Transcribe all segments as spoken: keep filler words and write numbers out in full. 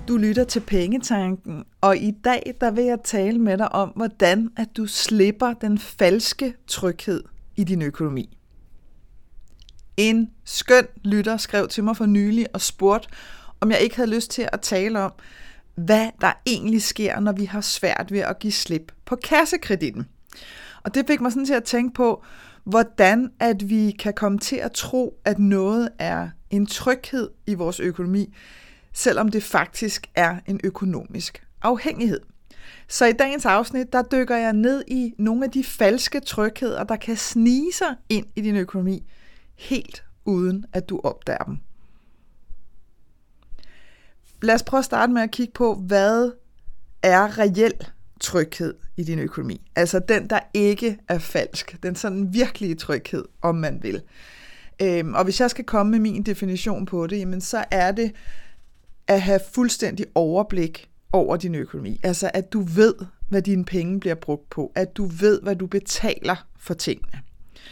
Du lytter til Pengetanken, og i dag der vil jeg tale med dig om, hvordan at du slipper den falske tryghed i din økonomi. En skøn lytter skrev til mig for nylig og spurgte, om jeg ikke havde lyst til at tale om, hvad der egentlig sker, når vi har svært ved at give slip på kassekreditten. Og det fik mig sådan til at tænke på, hvordan at vi kan komme til at tro, at noget er en tryghed i vores økonomi, selvom det faktisk er en økonomisk afhængighed. Så i dagens afsnit, der dykker jeg ned i nogle af de falske trygheder, der kan snige sig ind i din økonomi, helt uden at du opdager dem. Lad os prøve at starte med at kigge på, hvad er reel tryghed i din økonomi. Altså den, der ikke er falsk. Den sådan virkelige tryghed, om man vil. Øhm, og hvis jeg skal komme med min definition på det, jamen så er det at have fuldstændig overblik over din økonomi. Altså at du ved, hvad dine penge bliver brugt på. At du ved, hvad du betaler for tingene.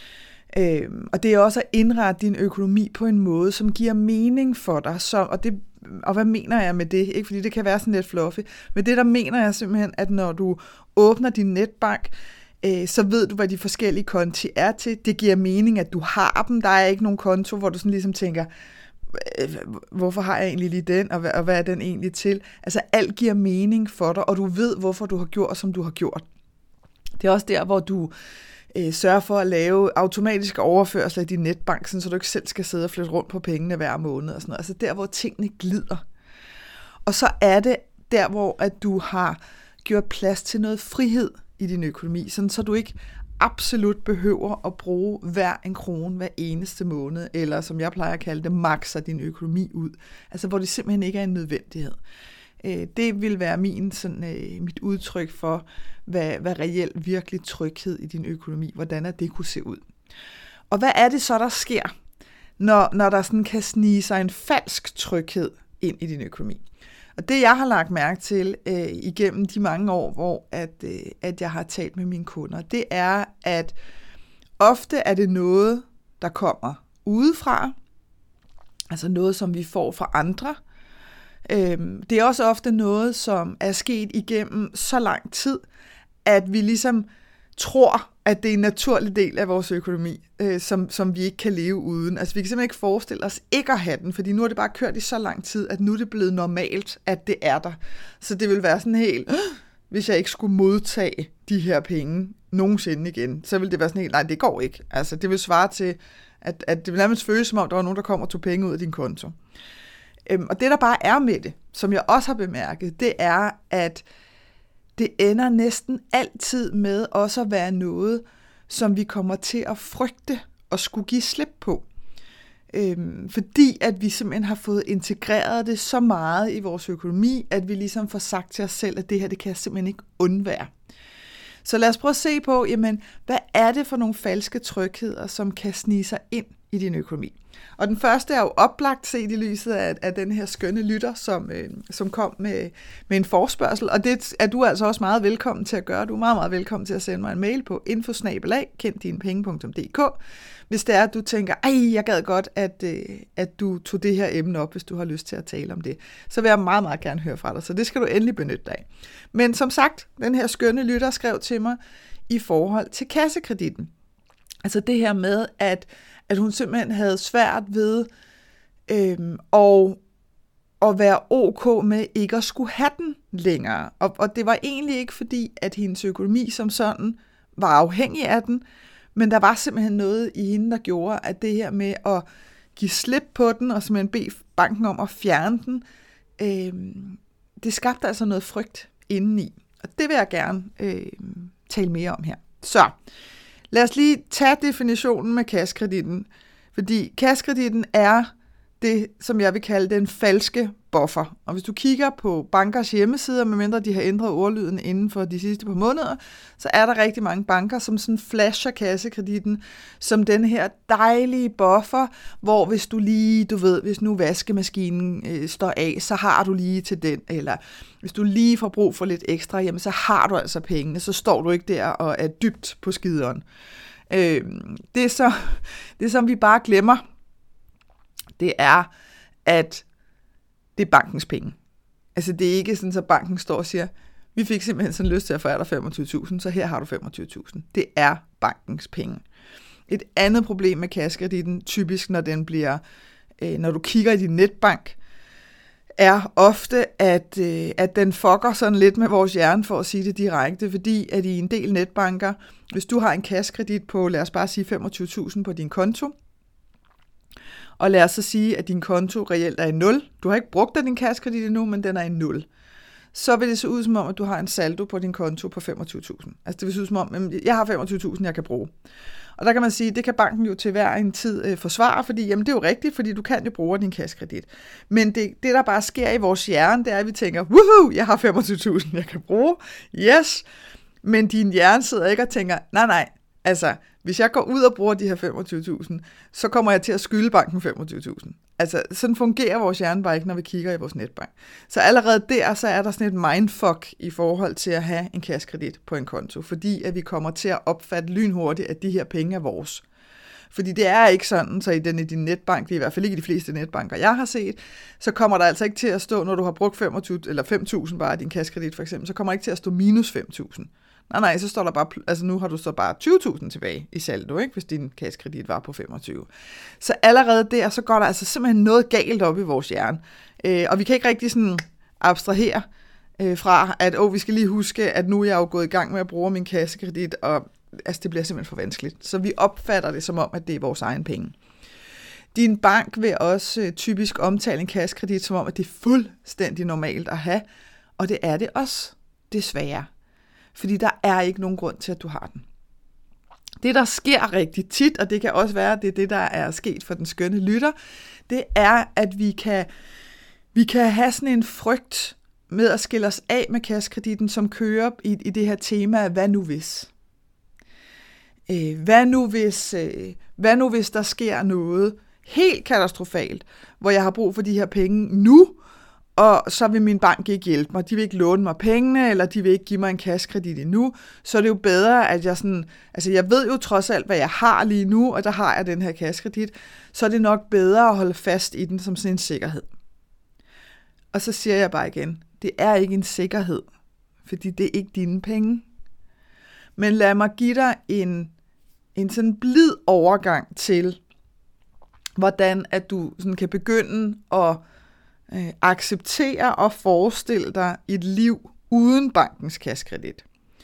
Øhm, og det er også at indrette din økonomi på en måde, som giver mening for dig. Så, og, det, og hvad mener jeg med det? Ikke fordi det kan være sådan lidt fluffy. Men det der mener jeg simpelthen, at når du åbner din netbank, øh, så ved du, hvad de forskellige konti er til. Det giver mening, at du har dem. Der er ikke nogen konto, hvor du sådan ligesom tænker, hvorfor har jeg egentlig lige den, og hvad, og hvad er den egentlig til? Altså alt giver mening for dig, og du ved, hvorfor du har gjort, som du har gjort. Det er også der, hvor du øh, sørger for at lave automatiske overførsler i din netbank, så du ikke selv skal sidde og flytte rundt på pengene hver måned og sådan noget. Altså der, hvor tingene glider. Og så er det der, hvor at du har gjort plads til noget frihed i din økonomi, sådan så du ikke absolut behøver at bruge hver en krone hver eneste måned, eller som jeg plejer at kalde det, makser din økonomi ud. Altså hvor det simpelthen ikke er en nødvendighed. Det vil være min, sådan, mit udtryk for, hvad, hvad reelt virkelig tryghed i din økonomi, hvordan er det kunne se ud. Og hvad er det så, der sker, når, når der sådan kan snige sig en falsk tryghed ind i din økonomi? Og det, jeg har lagt mærke til øh, igennem de mange år, hvor at, øh, at jeg har talt med mine kunder, det er, at ofte er det noget, der kommer udefra, altså noget, som vi får fra andre. Øh, det er også ofte noget, som er sket igennem så lang tid, at vi ligesom tror, at det er en naturlig del af vores økonomi, øh, som, som vi ikke kan leve uden. Altså vi kan simpelthen ikke forestille os ikke at have den, fordi nu er det bare kørt i så lang tid, at nu er det blevet normalt, at det er der. Så det vil være sådan helt, øh, hvis jeg ikke skulle modtage de her penge nogensinde igen, så vil det være sådan helt, nej, det går ikke. Altså det vil svare til, at, at det vil nærmest føles som om, der var nogen, der kom og tog penge ud af din konto. Øhm, og det der bare er med det, som jeg også har bemærket, det er, at det ender næsten altid med også at være noget, som vi kommer til at frygte og skulle give slip på. Øhm, fordi at vi simpelthen har fået integreret det så meget i vores økonomi, at vi ligesom får sagt til os selv, at det her, det kan jeg simpelthen ikke undvære. Så lad os prøve at se på, jamen, hvad er det for nogle falske trygheder, som kan snige sig ind i din økonomi? Og den første er jo oplagt set i lyset af, af den her skønne lytter, som, øh, som kom med, med en forespørgsel, og det er du altså også meget velkommen til at gøre. Du er meget, meget velkommen til at sende mig en mail på info snabel-a kend dine penge punktum d k, hvis det er, at du tænker, ej, jeg gad godt, at, øh, at du tog det her emne op, hvis du har lyst til at tale om det. Så vil jeg meget, meget gerne høre fra dig, så det skal du endelig benytte dig af. Men som sagt, den her skønne lytter skrev til mig i forhold til kassekreditten. Altså det her med, at at hun simpelthen havde svært ved øhm, og, at være ok med ikke at skulle have den længere. Og, og det var egentlig ikke fordi, at hendes økonomi som sådan var afhængig af den, men der var simpelthen noget i hende, der gjorde, at det her med at give slip på den, og simpelthen bede banken om at fjerne den, øhm, det skabte altså noget frygt indeni. Og det vil jeg gerne øhm, tale mere om her. Så lad os lige tage definitionen med kassekreditten, fordi kassekreditten er det, som jeg vil kalde den falske buffer. Og hvis du kigger på bankers hjemmesider, medmindre de har ændret ordlyden inden for de sidste par måneder, så er der rigtig mange banker, som sådan flasher kassekreditten som den her dejlige buffer, hvor hvis du lige, du ved, hvis nu vaskemaskinen øh, står af, så har du lige til den, eller hvis du lige får brug for lidt ekstra, jamen så har du altså pengene, så står du ikke der og er dybt på skideren. Øh, det er så, det som vi bare glemmer, det er, at det er bankens penge. Altså det er ikke sådan, at banken står og siger, vi fik simpelthen sådan lyst til at forære dig femogtyve tusind, så her har du femogtyve tusind. Det er bankens penge. Et andet problem med kassekreditten, typisk når den bliver, øh, når du kigger i din netbank, er ofte, at, øh, at den fucker sådan lidt med vores hjerne, for at sige det direkte, fordi at i en del netbanker, hvis du har en kassekredit på, lad os bare sige femogtyve tusind på din konto, og lad os så sige, at din konto reelt er i nul, du har ikke brugt af din kassekredit endnu, men den er i nul, så vil det se ud som om, at du har en saldo på din konto på femogtyve tusind. Altså det vil se ud som om, at jeg har femogtyve tusind, jeg kan bruge. Og der kan man sige, det kan banken jo til hver en tid øh, forsvare, fordi jamen, det er jo rigtigt, fordi du kan jo bruge din kassekredit. Men det, det, der bare sker i vores hjerne, det er, at vi tænker, woohoo, jeg har femogtyve tusind, jeg kan bruge. Yes! Men din hjerne sidder ikke og tænker, nej, nej, altså, hvis jeg går ud og bruger de her femogtyve tusind, så kommer jeg til at skylde banken femogtyve tusind. Altså, sådan fungerer vores hjerne bare ikke, når vi kigger i vores netbank. Så allerede der, så er der sådan et mindfuck i forhold til at have en kassekredit på en konto, fordi at vi kommer til at opfatte lynhurtigt, at de her penge er vores. Fordi det er ikke sådan, så i, den, i din netbank, det er i hvert fald ikke i de fleste netbanker, jeg har set, så kommer der altså ikke til at stå, når du har brugt femogtyve eller fem tusind bare af din kassekredit for eksempel, så kommer der ikke til at stå minus fem tusind. Nej, nej, så står der bare, altså nu har du så bare tyve tusind tilbage i saldo, ikke, hvis din kassekredit var på femogtyve. Så allerede der, så går der altså simpelthen noget galt op i vores hjerne. Øh, og vi kan ikke rigtig sådan abstrahere øh, fra, at åh, vi skal lige huske, at nu er jeg jo gået i gang med at bruge min kassekredit, og altså, det bliver simpelthen for vanskeligt. Så vi opfatter det som om, at det er vores egen penge. Din bank vil også øh, typisk omtale en kassekredit som om, at det er fuldstændig normalt at have, og det er det også, desværre. Fordi der er ikke nogen grund til, at du har den. Det, der sker rigtig tit, og det kan også være, at det er det, der er sket for den skønne lytter, det er, at vi kan, vi kan have sådan en frygt med at skille os af med kassekreditten, som kører i, i det her tema af, hvad nu hvis? Øh, hvad nu hvis, øh, hvad nu hvis der sker noget helt katastrofalt, hvor jeg har brug for de her penge nu, og så vil min bank ikke hjælpe mig. De vil ikke låne mig pengene, eller de vil ikke give mig en kassekredit endnu. Så er det jo bedre, at jeg sådan, altså jeg ved jo trods alt, hvad jeg har lige nu, og der har jeg den her kassekredit, så er det nok bedre at holde fast i den som sådan en sikkerhed. Og så siger jeg bare igen, det er ikke en sikkerhed, fordi det er ikke dine penge. Men lad mig give dig en, en sådan blid overgang til, hvordan at du sådan kan begynde at øh, acceptere og forestille dig et liv uden bankens kassekredit.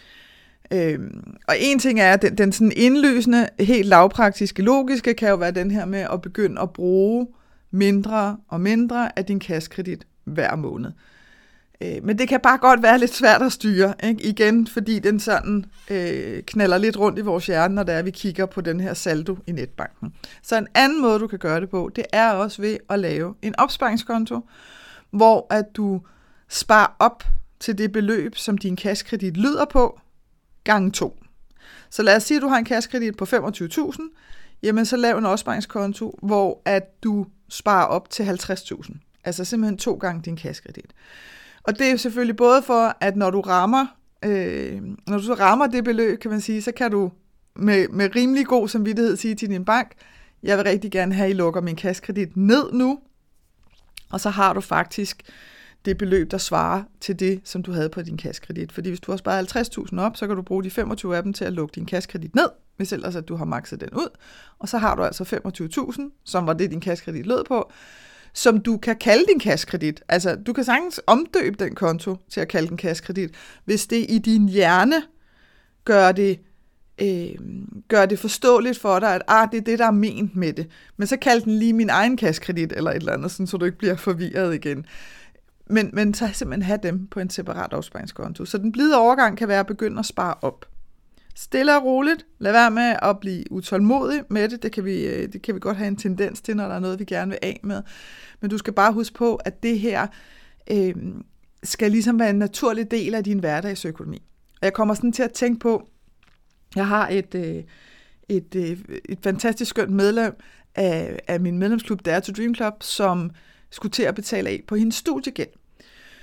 Øhm, og en ting er, at den, den sådan indlysende, helt lavpraktiske, logiske, kan jo være den her med at begynde at bruge mindre og mindre af din kassekredit hver måned. Øh, men det kan bare godt være lidt svært at styre, ikke? Igen, fordi den sådan øh, knalder lidt rundt i vores hjerne, når det er, vi kigger på den her saldo i netbanken. Så en anden måde, du kan gøre det på, det er også ved at lave en opsparingskonto, hvor at du sparer op til det beløb, som din kassekredit lyder på, gange to. Så lad os sige, at du har en kassekredit på femogtyve tusind, jamen så lav en opsparingskonto, hvor at du sparer op til halvtreds tusind. Altså simpelthen to gange din kassekredit. Og det er jo selvfølgelig både for, at når du rammer, øh, når du så rammer det beløb, kan man sige, så kan du med, med rimelig god samvittighed sige til din bank, jeg vil rigtig gerne have, at I lukker min kassekredit ned nu, og så har du faktisk det beløb, der svarer til det, som du havde på din kassekredit. Fordi hvis du har sparet halvtreds tusind op, så kan du bruge de femogtyve af dem til at lukke din kassekredit ned, hvis ellers at du har makset den ud. Og så har du altså femogtyve tusind, som var det, din kassekredit lød på, som du kan kalde din kassekredit. Altså, du kan sagtens omdøbe den konto til at kalde den kassekredit, hvis det i din hjerne gør det, øh, gør det forståeligt for dig, at ah, det er det, der er ment med det. Men så kald den lige min egen kassekredit, eller et eller andet, sådan, så du ikke bliver forvirret igen. Men, men så simpelthen have dem på en separat opsparingskonto. Så den blide overgang kan være at begynde at spare op. Stille og roligt. Lad være med at blive utålmodig med det. Det kan, vi, det kan vi godt have en tendens til, når der er noget, vi gerne vil af med. Men du skal bare huske på, at det her øh, skal ligesom være en naturlig del af din hverdagsøkonomi. Og jeg kommer sådan til at tænke på, jeg har et, øh, et, øh, et fantastisk skønt medlem af, af min medlemsklub, Dare to Dream Club, som skulle til at betale af på hendes studiegæld.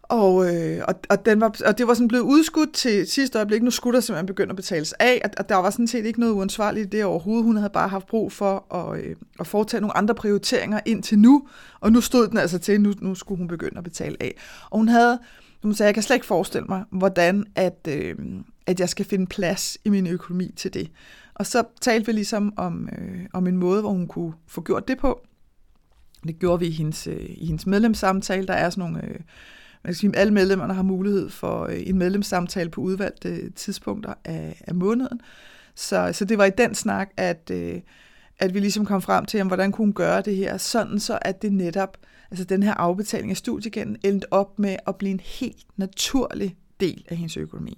Og, øh, og, og, den var, og det var sådan blevet udskudt til sidste øjeblik. Nu skulle der simpelthen begynde at betales af, og, og der var sådan set ikke noget uansvarligt i det overhovedet. Hun havde bare haft brug for at, øh, at foretage nogle andre prioriteringer indtil nu, og nu stod den altså til, nu, nu skulle hun begynde at betale af. Og hun havde, hun sagde, jeg kan slet ikke forestille mig, hvordan at, øh, at jeg skal finde plads i min økonomi til det. Og så talte vi ligesom om, øh, om en måde, hvor hun kunne få gjort det på. Det gjorde vi i hendes, øh, i hendes medlemssamtale. Der er sådan nogle... Øh, Man kan sige, at alle medlemmerne har mulighed for en medlemssamtale på udvalgte tidspunkter af, af måneden. Så, så det var i den snak, at, at vi ligesom kom frem til, hvordan kunne hun gøre det her, sådan så at det netop, altså den her afbetaling af studiegælden, endte op med at blive en helt naturlig del af hendes økonomi.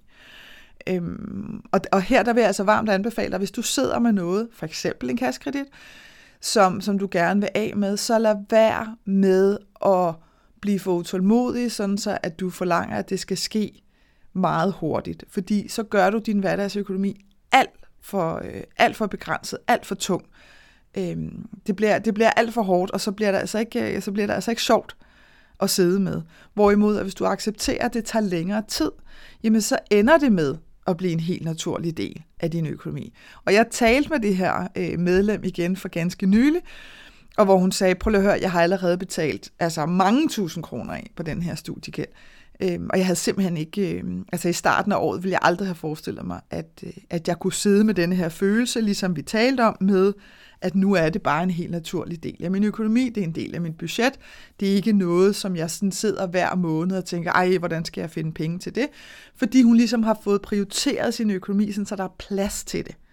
Øhm, og, og her der vil jeg altså varmt anbefale dig, hvis du sidder med noget, for eksempel en kassekredit, som, som du gerne vil af med, så lad være med at blive for utålmodig, sådan så at du forlanger, at det skal ske meget hurtigt. Fordi så gør du din hverdagsøkonomi alt for, øh, alt for begrænset, alt for tung. Øhm, det, bliver, det bliver alt for hårdt, og så bliver, det altså ikke, så bliver det altså ikke sjovt at sidde med. Hvorimod, at hvis du accepterer, at det tager længere tid, jamen så ender det med at blive en helt naturlig del af din økonomi. Og jeg talte med det her øh, medlem igen for ganske nylig, og hvor hun sagde, prøv lige at høre, jeg har allerede betalt altså mange tusind kroner af på den her studiegæld. Øhm, og jeg havde simpelthen ikke, øhm, altså i starten af året ville jeg aldrig have forestillet mig, at, øh, at jeg kunne sidde med denne her følelse, ligesom vi talte om, med at nu er det bare en helt naturlig del af min økonomi, det er en del af mit budget. Det er ikke noget, som jeg sådan sidder hver måned og tænker, ej, hvordan skal jeg finde penge til det? Fordi hun ligesom har fået prioriteret sin økonomi, sådan, så der er plads til det.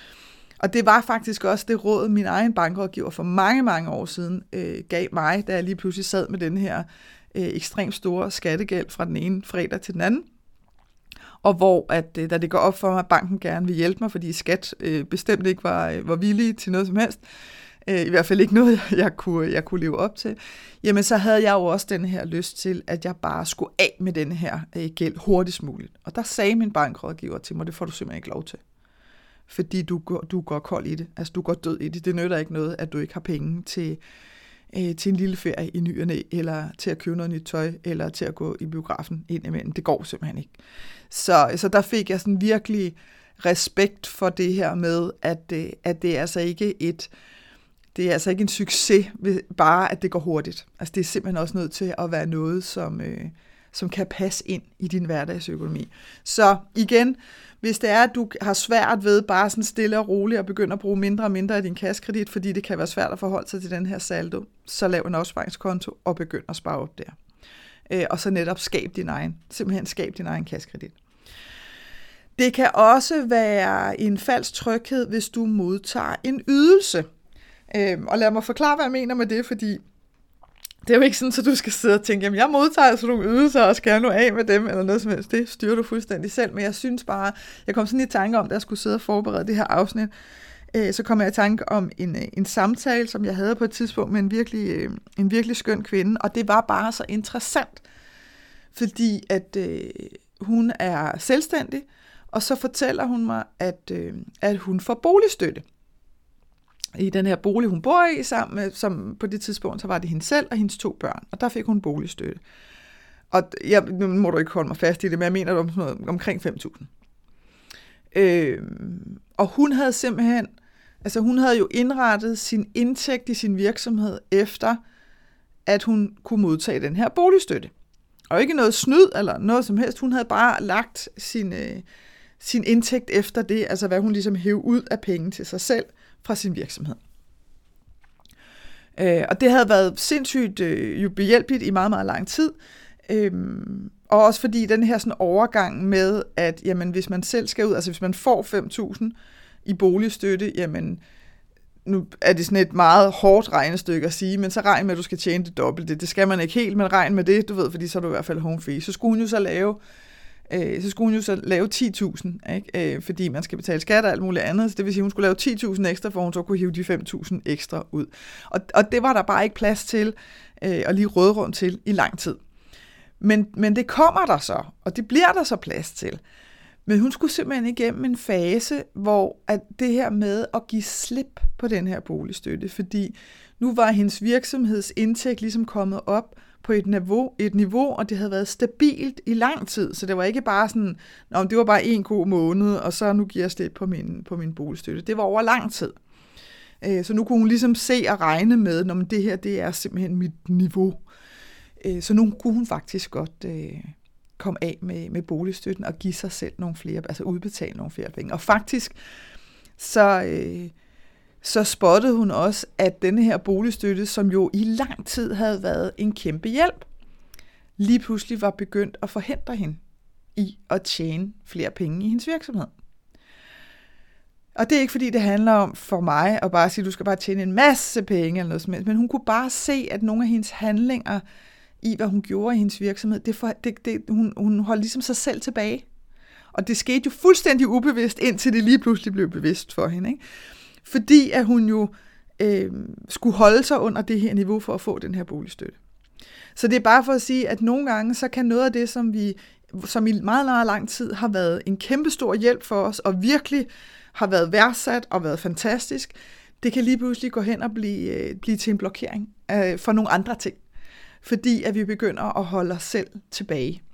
Og det var faktisk også det råd, min egen bankrådgiver for mange, mange år siden øh, gav mig, da jeg lige pludselig sad med den her øh, ekstremt store skattegæld fra den ene fredag til den anden. Og hvor, at, øh, da det går op for mig, at banken gerne vil hjælpe mig, fordi skat øh, bestemt ikke var, øh, var villige til noget som helst, øh, i hvert fald ikke noget, jeg kunne, jeg kunne leve op til, jamen så havde jeg jo også den her lyst til, at jeg bare skulle af med den her øh, gæld hurtigst muligt. Og der sagde min bankrådgiver til mig, det får du simpelthen ikke lov til. Fordi du går, du går kold i det, altså du går død i det. Det nytter ikke noget, at du ikke har penge til, øh, til en lille ferie i ny og næ, eller til at købe noget nyt tøj, eller til at gå i biografen ind imellem. Det går simpelthen ikke. Så, så der fik jeg sådan virkelig respekt for det her med, at, at det er altså ikke et, det er altså ikke en succes, bare at det går hurtigt. Altså det er simpelthen også nødt til at være noget, som, øh, som kan passe ind i din hverdagsøkonomi. Så igen, hvis det er, at du har svært ved bare sådan stille og roligt at begynde at bruge mindre og mindre af din kassekredit, fordi det kan være svært at forholde sig til den her saldo, så lav en opsparingskonto og begynd at spare op der. Øh, og så netop skab din egen, simpelthen skab din egen kassekredit. Det kan også være en falsk tryghed, hvis du modtager en ydelse. Øh, og lad mig forklare, hvad jeg mener med det, fordi det er jo ikke sådan, at du skal sidde og tænke, jamen jeg modtager sådan nogle ydelser, og skal jeg nu af med dem, eller noget som helst. Det styrer du fuldstændig selv, men jeg synes bare, jeg kom sådan i tanke om, da jeg skulle sidde og forberede det her afsnit, øh, så kom jeg i tanke om en, en samtale, som jeg havde på et tidspunkt med en virkelig, øh, en virkelig skøn kvinde, og det var bare så interessant, fordi at øh, hun er selvstændig, og så fortæller hun mig, at, øh, at hun får boligstøtte i den her bolig, hun bor i, sammen med, som på det tidspunkt, så var det hende selv og hendes to børn, og der fik hun boligstøtte. Og jeg, nu må du ikke holde mig fast i det, men jeg mener det om sådan noget, omkring fem tusind. Øh, og hun havde simpelthen, altså hun havde jo indrettet sin indtægt i sin virksomhed efter, at hun kunne modtage den her boligstøtte. Og ikke noget snyd eller noget som helst, hun havde bare lagt sin, øh, sin indtægt efter det, altså hvad hun ligesom hævde ud af penge til sig selv, fra sin virksomhed. Øh, og det havde været sindssygt øh, jo behjælpeligt i meget, meget lang tid. Øh, og også fordi den her sådan overgang med, at jamen, hvis man selv skal ud, altså hvis man får fem tusind i boligstøtte, jamen nu er det sådan et meget hårdt regnestykke at sige, men så regn med, at du skal tjene det dobbelte. Det skal man ikke helt, men regn med det, du ved, fordi så er du i hvert fald home free. Så skulle hun jo så lave så skulle hun jo så lave ti tusind, ikke? Fordi man skal betale skat og alt muligt andet. Så det vil sige, at hun skulle lave ti tusind ekstra, for hun så kunne hive de fem tusind ekstra ud. Og, og det var der bare ikke plads til øh, at lige råde rundt til i lang tid. Men, men det kommer der så, og det bliver der så plads til. Men hun skulle simpelthen igennem en fase, hvor at det her med at give slip på den her boligstøtte, fordi nu var hendes virksomhedsindtægt ligesom kommet op på et niveau, et niveau, og det havde været stabilt i lang tid. Så det var ikke bare sådan, om det var bare en god måned, og så nu giver jeg slip på min, på min boligstøtte. Det var over lang tid. Så nu kunne hun ligesom se og regne med, at det her det er simpelthen mit niveau. Så nu kunne hun faktisk godt komme af med, med boligstøtten og give sig selv nogle flere, altså udbetale nogle flere penge. Og faktisk så, øh, så spottede hun også, at denne her boligstøtte, som jo i lang tid havde været en kæmpe hjælp, lige pludselig var begyndt at forhindre hende i at tjene flere penge i hendes virksomhed. Og det er ikke fordi, det handler om for mig at bare sige, at du skal bare tjene en masse penge eller noget som helst, men hun kunne bare se, at nogle af hendes handlinger i, hvad hun gjorde i hendes virksomhed, det for, det, det, hun, hun holdt ligesom sig selv tilbage. Og det skete jo fuldstændig ubevidst, indtil det lige pludselig blev bevidst for hende. Ikke? Fordi at hun jo øh, skulle holde sig under det her niveau for at få den her boligstøtte. Så det er bare for at sige, at nogle gange, så kan noget af det, som vi, som i meget, meget lang tid har været en kæmpe stor hjælp for os, og virkelig har været værdsat og været fantastisk, det kan lige pludselig gå hen og blive, øh, blive til en blokering øh, for nogle andre ting. Fordi at vi begynder at holde os selv tilbage.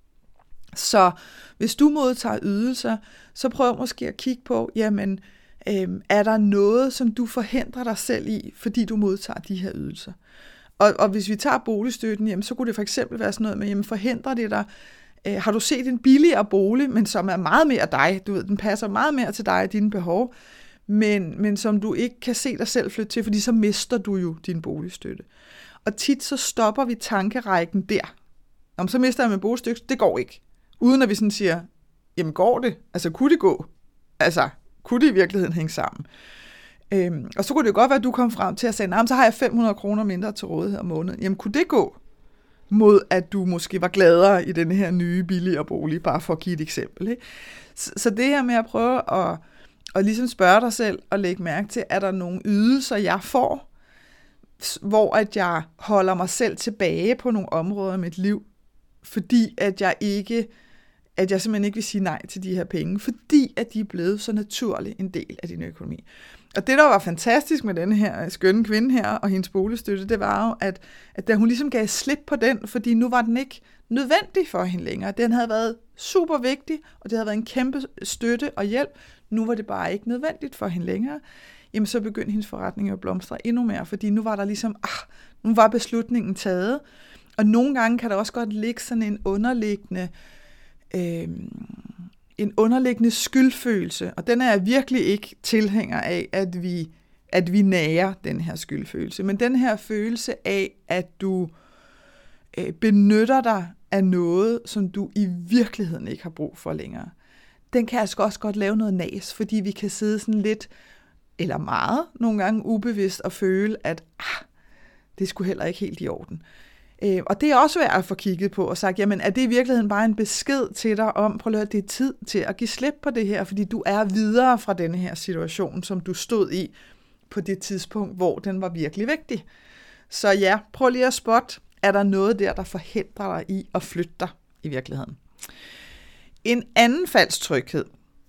Så hvis du modtager ydelser, så prøv måske at kigge på, jamen, øh, er der noget, som du forhindrer dig selv i, fordi du modtager de her ydelser? Og, og hvis vi tager boligstøtten, jamen, så kunne det for eksempel være sådan noget med, jamen, forhindrer det dig, øh, har du set en billigere bolig, men som er meget mere dig, du ved, den passer meget mere til dig og dine behov, men, men som du ikke kan se dig selv flytte til, fordi så mister du jo din boligstøtte. Og tit så stopper vi tankerækken der. Om så mister jeg min boligstøtte, det går ikke. Uden at vi sådan siger, jamen går det? Altså kunne det gå? Altså kunne det i virkeligheden hænge sammen? Øhm, og så kunne det jo godt være, at du kom frem til at sige, nej, så har jeg fem hundrede kroner mindre til rådighed om måneden. Jamen kunne det gå? Mod at du måske var gladere i den her nye, billigere bolig, bare for at give et eksempel. Ikke? Så, så det her med at prøve at, at ligesom spørge dig selv og lægge mærke til, er der nogle ydelser, jeg får, hvor at jeg holder mig selv tilbage på nogle områder af mit liv, fordi at jeg ikke, at jeg simpelthen ikke vil sige nej til de her penge, fordi at de er blevet så naturlig en del af din økonomi. Og det, der var fantastisk med den her skønne kvinde her og hendes boligstøtte, det var jo, at, at da hun ligesom gav slip på den, fordi nu var den ikke nødvendig for hende længere. Den havde været super vigtig, og det havde været en kæmpe støtte og hjælp. Nu var det bare ikke nødvendigt for hende længere. Jamen så begyndte hendes forretning at blomstre endnu mere, fordi nu var der ligesom, ah, nu var beslutningen taget. Og nogle gange kan der også godt ligge sådan en underliggende, øh, en underliggende skyldfølelse, og den er jeg virkelig ikke tilhænger af, at vi, at vi nærer den her skyldfølelse. Men den her følelse af, at du øh, benytter dig af noget, som du i virkeligheden ikke har brug for længere, den kan altså også godt lave noget nas, fordi vi kan sidde sådan lidt, eller meget, nogle gange ubevidst, og føle, at ah, det skulle heller ikke helt i orden. Øh, og det er også værd at få kigget på og sagt, jamen er det i virkeligheden bare en besked til dig om, prøv at høre, det er tid til at give slip på det her, fordi du er videre fra denne her situation, som du stod i på det tidspunkt, hvor den var virkelig vigtig. Så ja, prøv lige at spotte, er der noget der, der forhindrer dig i at flytte dig i virkeligheden. En anden falsk tryghed,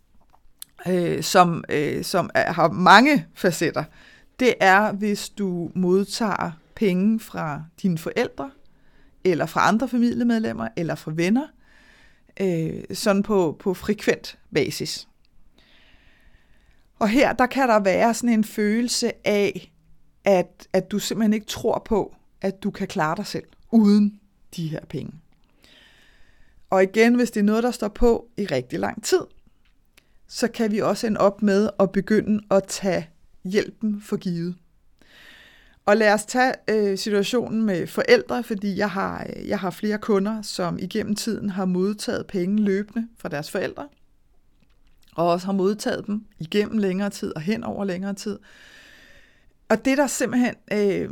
øh, som, øh, som er, har mange facetter, det er, hvis du modtager penge fra dine forældre, eller fra andre familiemedlemmer, eller fra venner, øh, sådan på, på frekvent basis. Og her, der kan der være sådan en følelse af, at, at du simpelthen ikke tror på, at du kan klare dig selv, uden de her penge. Og igen, hvis det er noget, der står på i rigtig lang tid, så kan vi også ende op med at begynde at tage hjælpen for givet. Og lad os tage øh, situationen med forældre, fordi jeg har, jeg har flere kunder, som igennem tiden har modtaget penge løbende fra deres forældre, og også har modtaget dem igennem længere tid og hen over længere tid. Og det, der simpelthen øh,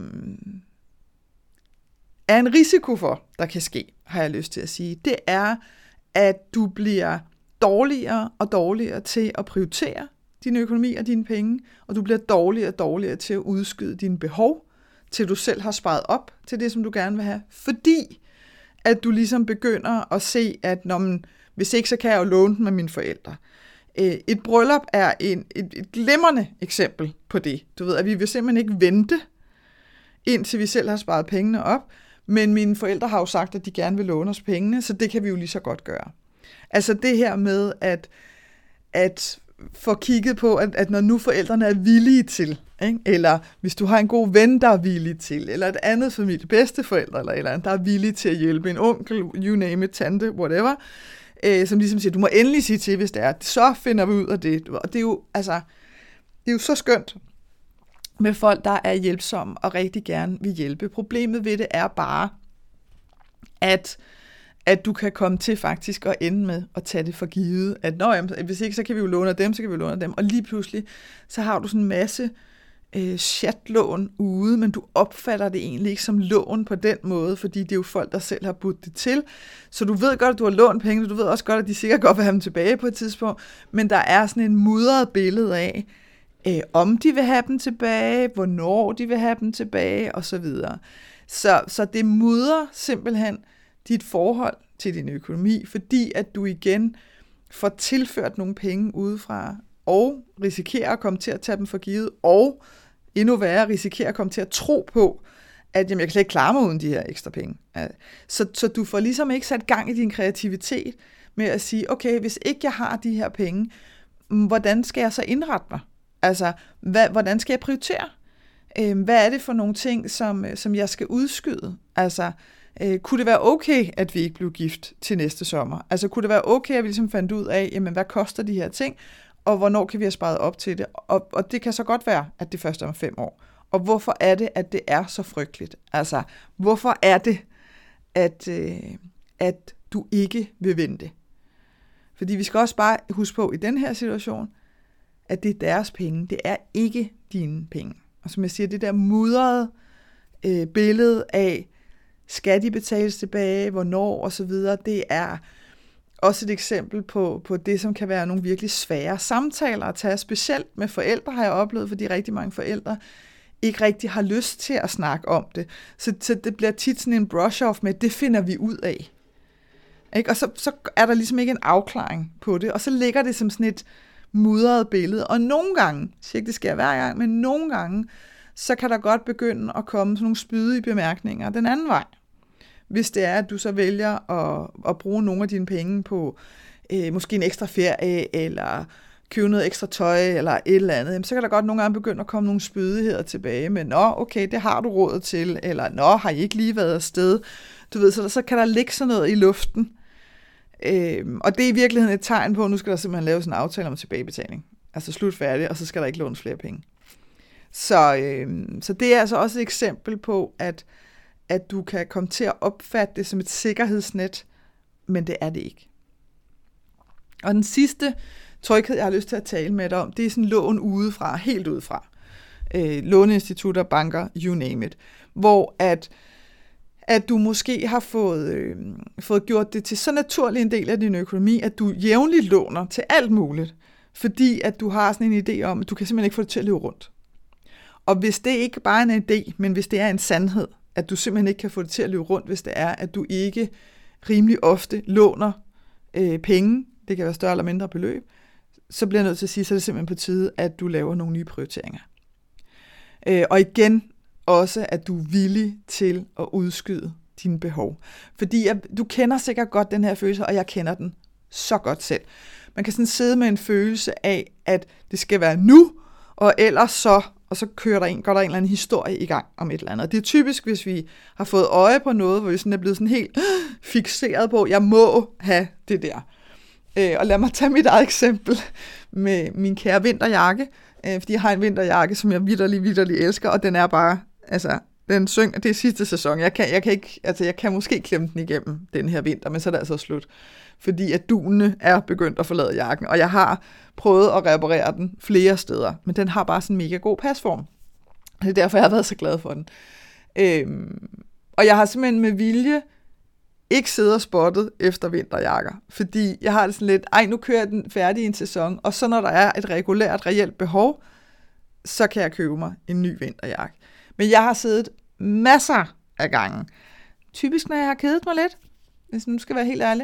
er en risiko for, der kan ske, har jeg lyst til at sige, det er, at du bliver dårligere og dårligere til at prioritere din økonomi og dine penge, og du bliver dårligere og dårligere til at udskyde dine behov, til du selv har sparet op til det, som du gerne vil have, fordi at du ligesom begynder at se, at når man, hvis ikke, så kan jeg jo låne den med mine forældre. Et bryllup er en, et, et glimrende eksempel på det. Du ved, at vi vil simpelthen ikke vente, indtil vi selv har sparet pengene op, men mine forældre har jo sagt, at de gerne vil låne os pengene, så det kan vi jo lige så godt gøre. Altså det her med, at, at få kigget på, at, at når nu forældrene er villige til, ikke? Eller hvis du har en god ven, der er villig til, eller et andet familie, bedsteforældre, eller et eller andet, der er villige til at hjælpe, en onkel, you name it, tante, whatever, øh, som ligesom siger, du må endelig sige til, hvis det er, så finder vi ud af det. Og det er jo, altså, det er jo så skønt med folk, der er hjælpsomme og rigtig gerne vil hjælpe. Problemet ved det er bare, at at du kan komme til faktisk at ende med at tage det for givet, at nå, jamen, hvis ikke, så kan vi jo låne dem, så kan vi jo låne dem, og lige pludselig, så har du sådan en masse øh, chatlån ude, men du opfatter det egentlig ikke som lån på den måde, fordi det er jo folk, der selv har budt det til, så du ved godt, at du har lånt penge, du ved også godt, at de sikkert godt vil have dem tilbage på et tidspunkt, men der er sådan en mudret billede af, øh, om de vil have dem tilbage, hvornår de vil have dem tilbage, og så videre. Så, så det mudrer simpelthen dit forhold til din økonomi, fordi at du igen får tilført nogle penge udefra, og risikerer at komme til at tage dem for givet, og endnu værre risikerer at komme til at tro på, at jamen, jeg kan slet ikke klare mig uden de her ekstra penge. Så, så du får ligesom ikke sat gang i din kreativitet med at sige, okay, hvis ikke jeg har de her penge, hvordan skal jeg så indrette mig? Altså, hvad, hvordan skal jeg prioritere? Hvad er det for nogle ting, som, som jeg skal udskyde? Altså, Øh, kunne det være okay, at vi ikke blev gift til næste sommer? Altså kunne det være okay, at vi ligesom fandt ud af, jamen hvad koster de her ting, og hvornår kan vi have sparet op til det? Og, og det kan så godt være, at det først er om fem år. Og hvorfor er det, at det er så frygteligt? Altså, hvorfor er det, at, øh, at du ikke vil vente? Fordi vi skal også bare huske på i den her situation, at det er deres penge, det er ikke dine penge. Og som jeg siger, det der mudrede øh, billede af, skal de betales tilbage, hvornår og så videre, det er også et eksempel på, på det, som kan være nogle virkelig svære samtaler at tage, specielt med forældre har jeg oplevet, fordi rigtig mange forældre ikke rigtig har lyst til at snakke om det. Så, så det bliver tit sådan en brush-off med, det finder vi ud af. Ikke? Og så, så er der ligesom ikke en afklaring på det, og så ligger det som sådan et mudret billede, og nogle gange, jeg siger ikke, det sker hver gang, men nogle gange, så kan der godt begynde at komme sådan nogle spydige bemærkninger den anden vej. Hvis det er, at du så vælger at, at bruge nogle af dine penge på øh, måske en ekstra ferie, eller købe noget ekstra tøj, eller et eller andet, jamen, så kan der godt nogle gange begynde at komme nogle spydigheder tilbage med, nå, okay, det har du råd til, eller nå, har I ikke lige været afsted? Du ved, så, der, så kan der ligge sådan noget i luften. Øh, og det er i virkeligheden et tegn på, at nu skal der simpelthen lave sådan en aftale om tilbagebetaling. Altså slut færdig, og så skal der ikke lånes flere penge. Så, øh, så det er altså også et eksempel på, at, at du kan komme til at opfatte det som et sikkerhedsnet, men det er det ikke. Og den sidste tryghed, jeg har lyst til at tale med dig om, det er sådan lån udefra, helt udefra. Øh, låneinstitutter, banker, you name it. Hvor at, at du måske har fået, øh, fået gjort det til så naturlig en del af din økonomi, at du jævnligt låner til alt muligt, fordi at du har sådan en idé om, at du kan simpelthen ikke få det til at løbe rundt. Og hvis det ikke bare er en idé, men hvis det er en sandhed, at du simpelthen ikke kan få det til at løbe rundt, hvis det er, at du ikke rimelig ofte låner øh, penge, det kan være større eller mindre beløb, så bliver jeg nødt til at sige, så er det simpelthen på tide, at du laver nogle nye prioriteringer. Øh, og igen også, at du er villig til at udskyde dine behov. Fordi jeg, du kender sikkert godt den her følelse, og jeg kender den så godt selv. Man kan sådan sidde med en følelse af, at det skal være nu, og ellers så, og så kører der en, går der en eller anden historie i gang om et eller andet. Det er typisk, hvis vi har fået øje på noget, hvor vi sådan er blevet sådan helt fikseret på, jeg må have det der. Øh, og lad mig tage mit eget eksempel med min kære vinterjakke, øh, fordi jeg har en vinterjakke, som jeg vitterlig, vitterlig elsker, og den er bare, altså, den syng, det er sidste sæson. Jeg kan, jeg kan ikke, altså, jeg kan måske klemme den igennem den her vinter, men så er det altså slut. Fordi at dunene er begyndt at forlade jakken, og jeg har prøvet at reparere den flere steder, men den har bare sådan en mega god pasform. Det er derfor, jeg har været så glad for den. Øhm, og jeg har simpelthen med vilje ikke siddet og spottet efter vinterjakker, fordi jeg har det sådan lidt, ej, nu kører jeg den færdig i en sæson, og så når der er et regulært, reelt behov, så kan jeg købe mig en ny vinterjakke. Men jeg har siddet masser af gange, typisk når jeg har kedet mig lidt, hvis nu skal være helt ærlig,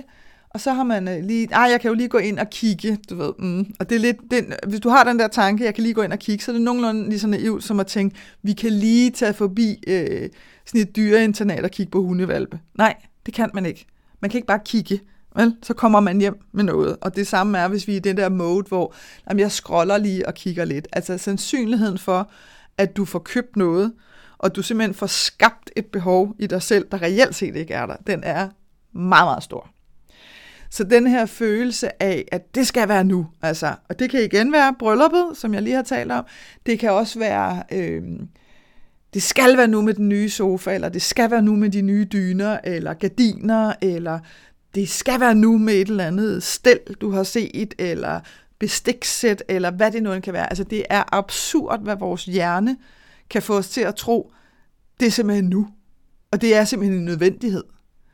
Og så har man øh, lige, ah, jeg kan jo lige gå ind og kigge, du ved. Mm. Og det er lidt, det, hvis du har den der tanke, jeg kan lige gå ind og kigge, så er det nogenlunde lige så naivt som at tænke, vi kan lige tage forbi øh, sådan et dyreinternat og kigge på hundevalpe. Nej, det kan man ikke. Man kan ikke bare kigge, vel? Så kommer man hjem med noget. Og det samme er, hvis vi er i den der mode, hvor jamen, jeg scroller lige og kigger lidt. Altså sandsynligheden for, at du får købt noget, og du simpelthen får skabt et behov i dig selv, der reelt set ikke er der, den er meget, meget stor. Så den her følelse af, at det skal være nu, altså, og det kan igen være brylluppet, som jeg lige har talt om, det kan også være, øh, det skal være nu med den nye sofa, eller det skal være nu med de nye dyner, eller gardiner, eller det skal være nu med et eller andet stel, du har set, eller bestiksæt, eller hvad det nu kan være. Altså det er absurd, hvad vores hjerne kan få os til at tro, det er simpelthen nu, og det er simpelthen en nødvendighed.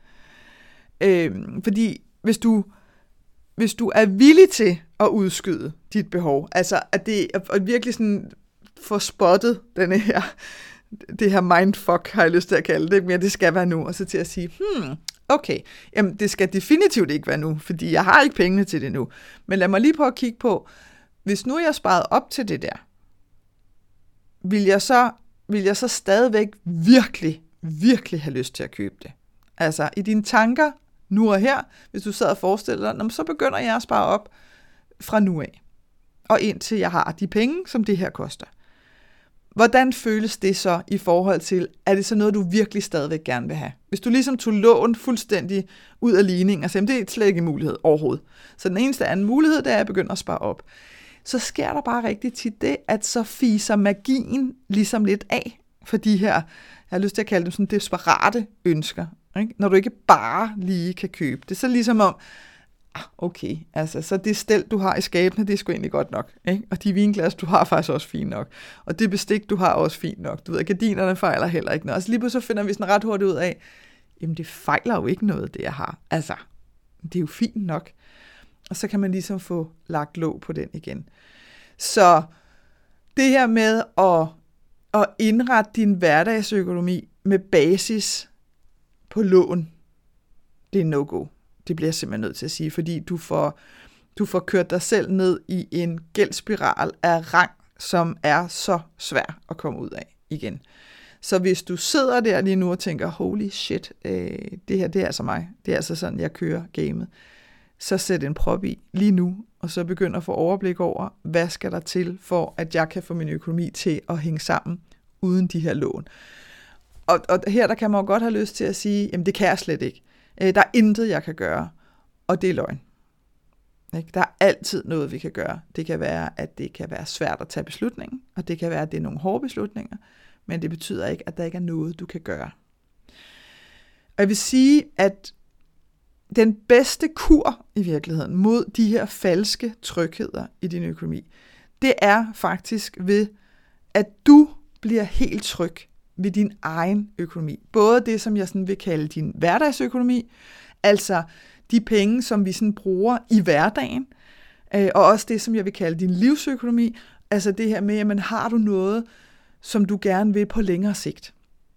Øh, fordi hvis du, hvis du er villig til at udskyde dit behov, altså at det at virkelig sådan få spottet denne her, det her mindfuck, har jeg lyst til at kalde det, men det skal være nu, og så til at sige, hmm, okay, jamen det skal definitivt ikke være nu, fordi jeg har ikke pengene til det nu, men lad mig lige prøve at kigge på, hvis nu jeg sparede op til det der, vil jeg så, vil jeg så stadigvæk virkelig, virkelig have lyst til at købe det. Altså i dine tanker, nu og her, hvis du sad og forestiller dig, så begynder jeg at spare op fra nu af, og indtil jeg har de penge, som det her koster. Hvordan føles det så i forhold til, er det så noget, du virkelig stadigvæk gerne vil have? Hvis du ligesom tog lån fuldstændig ud af ligningen, og sagde, det er slet ikke en mulighed overhovedet. Så den eneste anden mulighed, det er at begynde at spare op. Så sker der bare rigtig tit det, at så fiser magien ligesom lidt af for de her, jeg har lyst til at kalde dem sådan desperate ønsker. Ikke? Når du ikke bare lige kan købe det, så ligesom om, okay, altså, så det stel, du har i skabene, det er sgu egentlig godt nok. Ikke? Og de vinglas, du har, faktisk også fint nok. Og det bestik, du har, også fint nok. Du ved, gardinerne fejler heller ikke noget. Altså lige pludselig så finder vi sådan ret hurtigt ud af, jamen det fejler jo ikke noget, det jeg har. Altså, det er jo fint nok. Og så kan man ligesom få lagt låg på den igen. Så det her med at, at indrette din hverdagsøkonomi med basis på lån, det er no-go. Det bliver jeg simpelthen nødt til at sige, fordi du får, du får kørt dig selv ned i en gældsspiral af rang, som er så svær at komme ud af igen. Så hvis du sidder der lige nu og tænker, holy shit, øh, det her det er altså mig, det er altså sådan, jeg kører gamet, så sæt en prop i lige nu, og så begynd at få overblik over, hvad skal der til, for at jeg kan få min økonomi til at hænge sammen uden de her lån. Og, og her der kan man jo godt have lyst til at sige, jamen det kan jeg slet ikke. Der er intet, jeg kan gøre, og det er løgn. Der er altid noget, vi kan gøre. Det kan være, at det kan være svært at tage beslutninger, og det kan være, at det er nogle hårde beslutninger, men det betyder ikke, at der ikke er noget, du kan gøre. Og jeg vil sige, at den bedste kur i virkeligheden mod de her falske trygheder i din økonomi, det er faktisk ved, at du bliver helt tryg ved din egen økonomi. Både det, som jeg sådan vil kalde din hverdagsøkonomi, altså de penge, som vi sådan bruger i hverdagen, øh, og også det, som jeg vil kalde din livsøkonomi, altså det her med, jamen har du noget, som du gerne vil på længere sigt.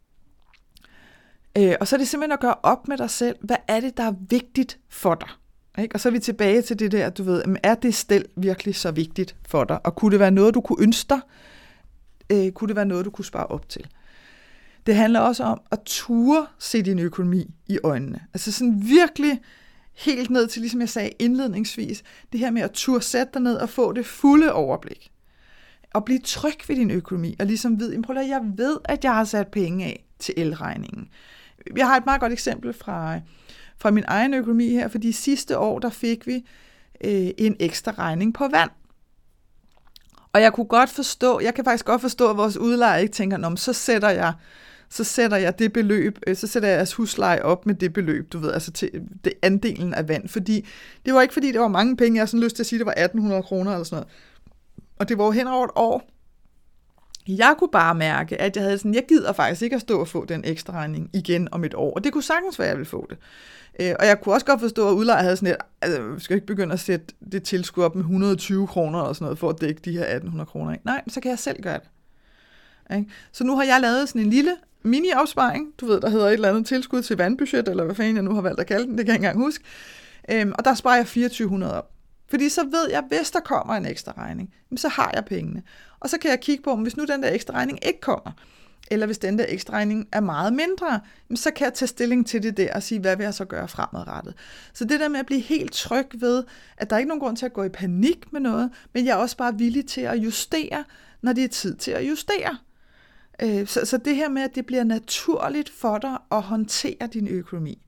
Øh, og så er det simpelthen at gøre op med dig selv, hvad er det, der er vigtigt for dig? Ikke? Og så er vi tilbage til det der, du ved, jamen, er det stel virkelig så vigtigt for dig? Og kunne det være noget, du kunne ønske dig? Øh, kunne det være noget, du kunne spare op til? Det handler også om at ture se din økonomi i øjnene. Altså sådan virkelig helt ned til, ligesom jeg sagde indledningsvis, det her med at ture sætte dig ned og få det fulde overblik. Og blive tryg ved din økonomi, og ligesom vide, prøv at jeg ved, at jeg har sat penge af til elregningen. Jeg har et meget godt eksempel fra, fra min egen økonomi her, fordi sidste år, der fik vi øh, en ekstra regning på vand. Og jeg kunne godt forstå, jeg kan faktisk godt forstå, at vores udlejer ikke tænker, nå, så sætter jeg, så sætter jeg det beløb, så sætter jeg jeres husleje op med det beløb, du ved, altså til det andelen af vand. Fordi det var ikke fordi, det var mange penge, jeg har sådan lyst til at sige, det var atten hundrede kroner eller sådan noget. Og det var jo hen over et år. Jeg kunne bare mærke, at jeg havde sådan, jeg gider faktisk ikke at stå og få den ekstra regning igen om et år. Og det kunne sagtens være, at jeg ville få det. Og jeg kunne også godt forstå, at udlejer havde sådan et, altså vi skal ikke begynde at sætte det tilskud op med et hundrede og tyve kroner eller sådan noget, for at dække de her atten hundrede kroner. Nej, så kan jeg selv gøre det. Så nu har jeg lavet sådan en lille mini-opsparing, du ved, der hedder et eller andet tilskud til vandbudget, eller hvad fanden jeg nu har valgt at kalde den, det kan jeg ikke engang huske. øhm, og der sparer jeg to tusind fire hundrede op. Fordi så ved jeg, hvis der kommer en ekstra regning, så har jeg pengene. Og så kan jeg kigge på, hvis nu den der ekstra regning ikke kommer, eller hvis den der ekstra regning er meget mindre, så kan jeg tage stilling til det der og sige, hvad vil jeg så gøre fremadrettet. Så det der med at blive helt tryg ved, at der er ikke nogen grund til at gå i panik med noget, men jeg er også bare villig til at justere, når det er tid til at justere. Så, så det her med, at det bliver naturligt for dig at håndtere din økonomi.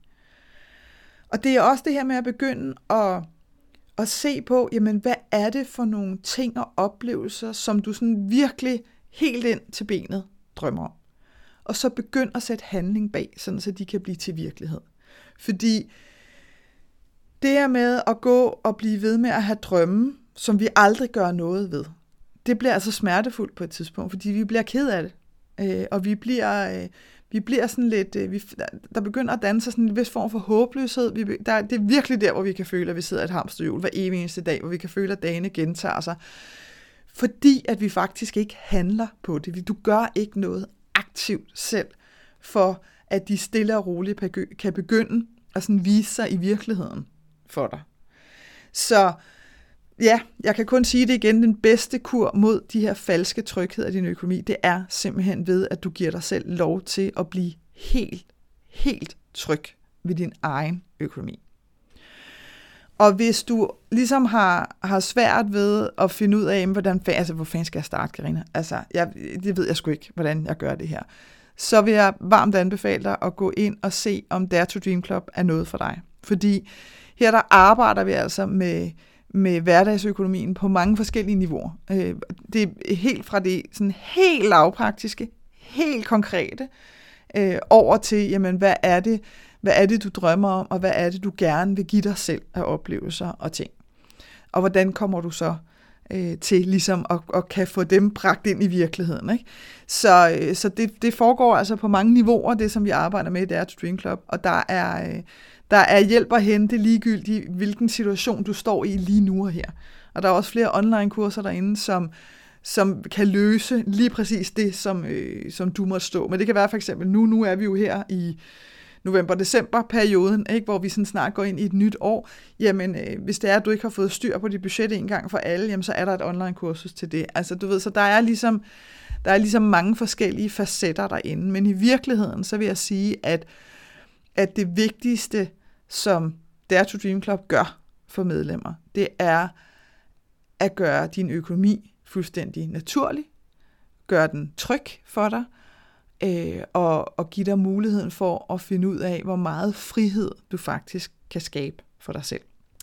Og det er også det her med at begynde at, at se på, jamen hvad er det for nogle ting og oplevelser, som du sådan virkelig helt ind til benet drømmer om. Og så begynd at sætte handling bag, sådan så de kan blive til virkelighed. Fordi det her med at gå og blive ved med at have drømme, som vi aldrig gør noget ved, det bliver altså smertefuldt på et tidspunkt, fordi vi bliver ked af det. Øh, og vi bliver, øh, vi bliver sådan lidt, øh, vi, der begynder at danne sig sådan en vis form for håbløshed. Vi, der, det er virkelig der, hvor vi kan føle, at vi sidder i et hamsterhjul hver evig eneste dag, hvor vi kan føle, at dagene gentager sig. Fordi at vi faktisk ikke handler på det. Du gør ikke noget aktivt selv, for at de stille og roligt kan begynde at sådan vise sig i virkeligheden for dig. Så ja, jeg kan kun sige det igen, den bedste kur mod de her falske trygheder i din økonomi, det er simpelthen ved, at du giver dig selv lov til at blive helt, helt tryg ved din egen økonomi. Og hvis du ligesom har, har svært ved at finde ud af, hvordan, altså, hvor fanden skal jeg starte, Karina? Altså, jeg, det ved jeg sgu ikke, hvordan jeg gør det her. Så vil jeg varmt anbefale dig at gå ind og se, om Dare to Dream Club er noget for dig. Fordi her der arbejder vi altså med, med hverdagsøkonomien på mange forskellige niveauer. Det er helt fra det sådan helt lavpraktiske, helt konkrete, over til, jamen, hvad er det, Hvad er det, du drømmer om, og hvad er det, du gerne vil give dig selv af oplevelser og ting? Og hvordan kommer du så øh, til ligesom at, at kan få dem bragt ind i virkeligheden? Ikke? Så, øh, så det, det foregår altså på mange niveauer, det som vi arbejder med i Dare to Dream Club, og der er, øh, der er hjælp at hente ligegyldigt, hvilken situation du står i lige nu og her. Og der er også flere online-kurser derinde, som som kan løse lige præcis det, som, øh, som du måtte stå. Men det kan være for eksempel, nu, nu er vi jo her i november-december-perioden, ikke, hvor vi sådan snart går ind i et nyt år, jamen øh, hvis det er, at du ikke har fået styr på dit budget en gang for alle, jamen så er der et online-kursus til det. Altså du ved, så der er ligesom, der er ligesom mange forskellige facetter derinde, men i virkeligheden, så vil jeg sige, at, at det vigtigste, som Dare to Dream Club gør for medlemmer, det er at gøre din økonomi fuldstændig naturlig, gøre den tryg for dig, øh, og, og give dig muligheden for at finde ud af, hvor meget frihed du faktisk kan skabe for dig selv.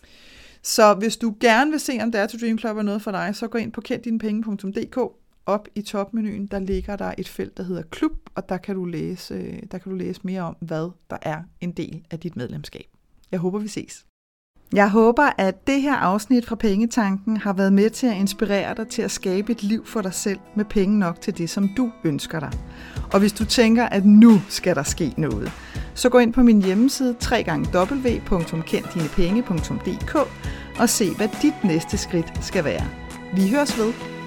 Så hvis du gerne vil se, om Dare to Dream Club er noget for dig, så gå ind på kend dine penge punktum d k. Op i topmenuen, der ligger der et felt, der hedder klub, og der kan du læse, der kan du læse mere om, hvad der er en del af dit medlemskab. Jeg håber, vi ses. Jeg håber, at det her afsnit fra Pengetanken har været med til at inspirere dig til at skabe et liv for dig selv med penge nok til det, som du ønsker dig. Og hvis du tænker, at nu skal der ske noget, så gå ind på min hjemmeside w w w punktum kend dine penge punktum d k og se, hvad dit næste skridt skal være. Vi høres ved.